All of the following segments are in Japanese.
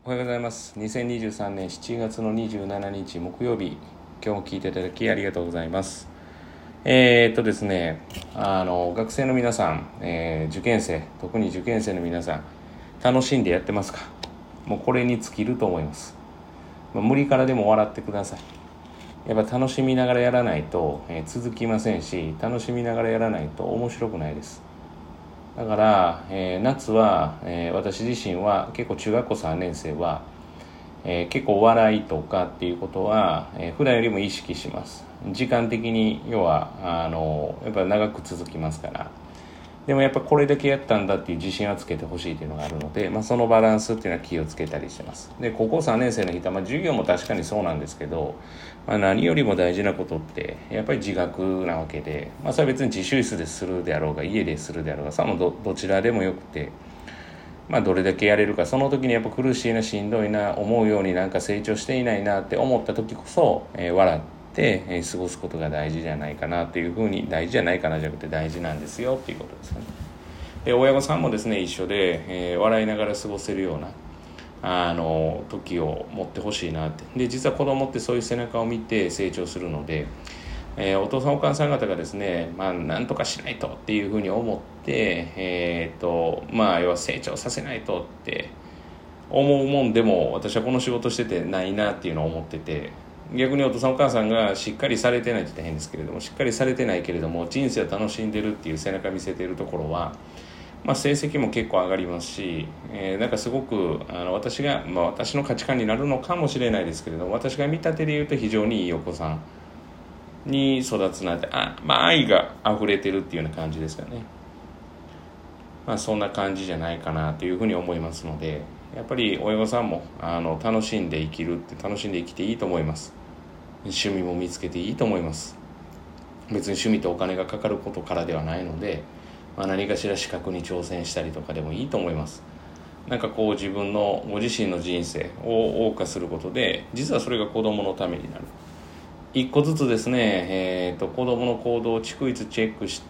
おはようございます。2023年7月の27日木曜日、今日も聞いていただきありがとうございます。ですね、学生の皆さん、受験生、特に受験生の皆さん、楽しんでやってますか？もうこれに尽きると思います。無理からでも笑ってください。やっぱ楽しみながらやらないと、続きませんし、楽しみながらやらないと面白くないです。だから、夏は、私自身は結構中学校3年生は、結構笑いとかっていうことは、普段よりも意識します。時間的に要はやっぱ長く続きますから。でもやっぱこれだけやったんだっていう自信はつけてほしいっていうのがあるので、そのバランスっていうのは気をつけたりしてます。で高校3年生の人は、授業も確かにそうなんですけど、何よりも大事なことってやっぱり自学なわけで、それは別に自習室でするであろうが家でするであろうが、その どちらでもよくて、どれだけやれるか、その時にやっぱ苦しいな、しんどいな、思うようになんか成長していないなって思った時こそ、笑って過ごすことが大事じゃないかなというふうに、大事じゃないかなじゃなくて大事なんですよっていうことですね。で親御さんもですね一緒で、笑いながら過ごせるような時を持ってほしいなって。で実は子供ってそういう背中を見て成長するので、お父さんお母さん方がですね、なんとかしないとっていうふうに思って、要は成長させないとって思うもんでも、私はこの仕事しててないなっていうのを思ってて、逆にお父さんお母さんがしっかりされてないって言ったら変ですけれども、しっかりされてないけれども人生を楽しんでるっていう背中見せているところは、成績も結構上がりますし、なんかすごく私が、私の価値観になるのかもしれないですけれども、私が見立てで言うと非常にいいお子さんに育つなんて、愛が溢れてるっていうような感じですかね。そんな感じじゃないかなというふうに思いますので、やっぱり親御さんも楽しんで生きるって楽しんで生きていいと思います。趣味も見つけていいと思います。別に趣味ってお金がかかることからではないので、何かしら資格に挑戦したりとかでもいいと思います。なんかこう自分のご自身の人生を謳歌することで、実はそれが子供のためになる。一個ずつですね、子供の行動を逐一チェックして、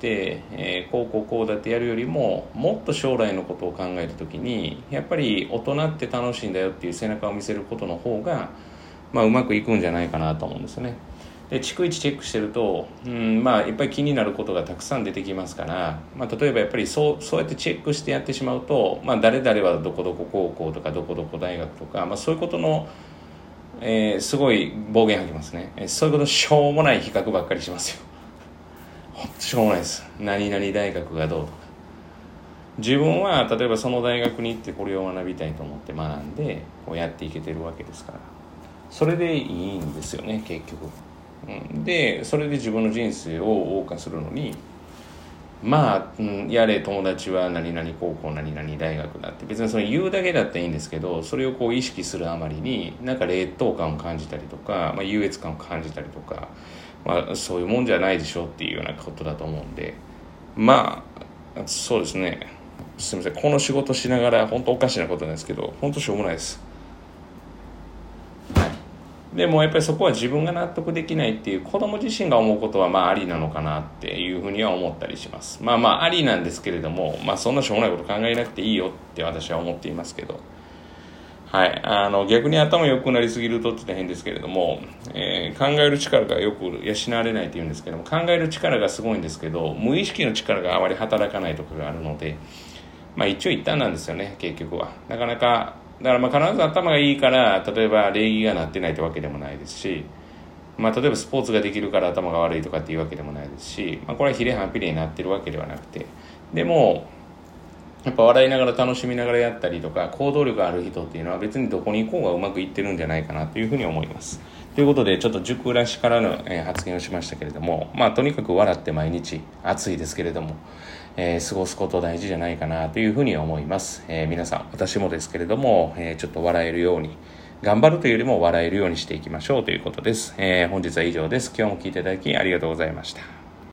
こうだってやるよりも、もっと将来のことを考えるときに、やっぱり大人って楽しいんだよっていう背中を見せることの方が、うまくいくんじゃないかなと思うんですよね。で逐一チェックしてると、いっぱい気になることがたくさん出てきますから、例えばやっぱりそうやってチェックしてやってしまうと、誰々はどこどこ高校とかどこどこ大学とか、そういうことのすごい暴言吐きますね。そういうことしょうもない比較ばっかりしますよ。ほんとしょうもないです。何々大学がどうとか。自分は例えばその大学に行ってこれを学びたいと思って学んでこうやっていけてるわけですから、それでいいんですよね結局。でそれで自分の人生を謳歌するのに、やれ友達は何々高校何々大学だって別にそれ言うだけだったらいいんですけど、それをこう意識するあまりになんか劣等感を感じたりとか、優越感を感じたりとか、そういうもんじゃないでしょっていうようなことだと思うんで、そうですね、すみません、この仕事しながら本当おかしなことなんですけど、本当しょうもないです。でもやっぱりそこは自分が納得できないっていう子供自身が思うことはありなのかなっていうふうには思ったりします。ありなんですけれども、そんなしょうもないこと考えなくていいよって私は思っていますけど、逆に頭良くなりすぎるとって言ったら変ですけれども、考える力がよく養われないって言うんですけども、考える力がすごいんですけど無意識の力があまり働かないところがあるので、一長一短なんですよね結局は。なかなかだから必ず頭がいいから例えば礼儀がなってないってわけでもないですし、例えばスポーツができるから頭が悪いとかっていうわけでもないですし、これは比例反比例になってるわけではなくて、でもやっぱ笑いながら楽しみながらやったりとか行動力ある人っていうのは別にどこに行こうがうまくいってるんじゃないかなというふうに思います。ということでちょっと塾らしからの発言をしましたけれども、とにかく笑って毎日暑いですけれども、過ごすこと大事じゃないかなというふうに思います。皆さん私もですけれども、ちょっと笑えるように頑張るというよりも笑えるようにしていきましょうということです。本日は以上です。今日も聞いていただきありがとうございました。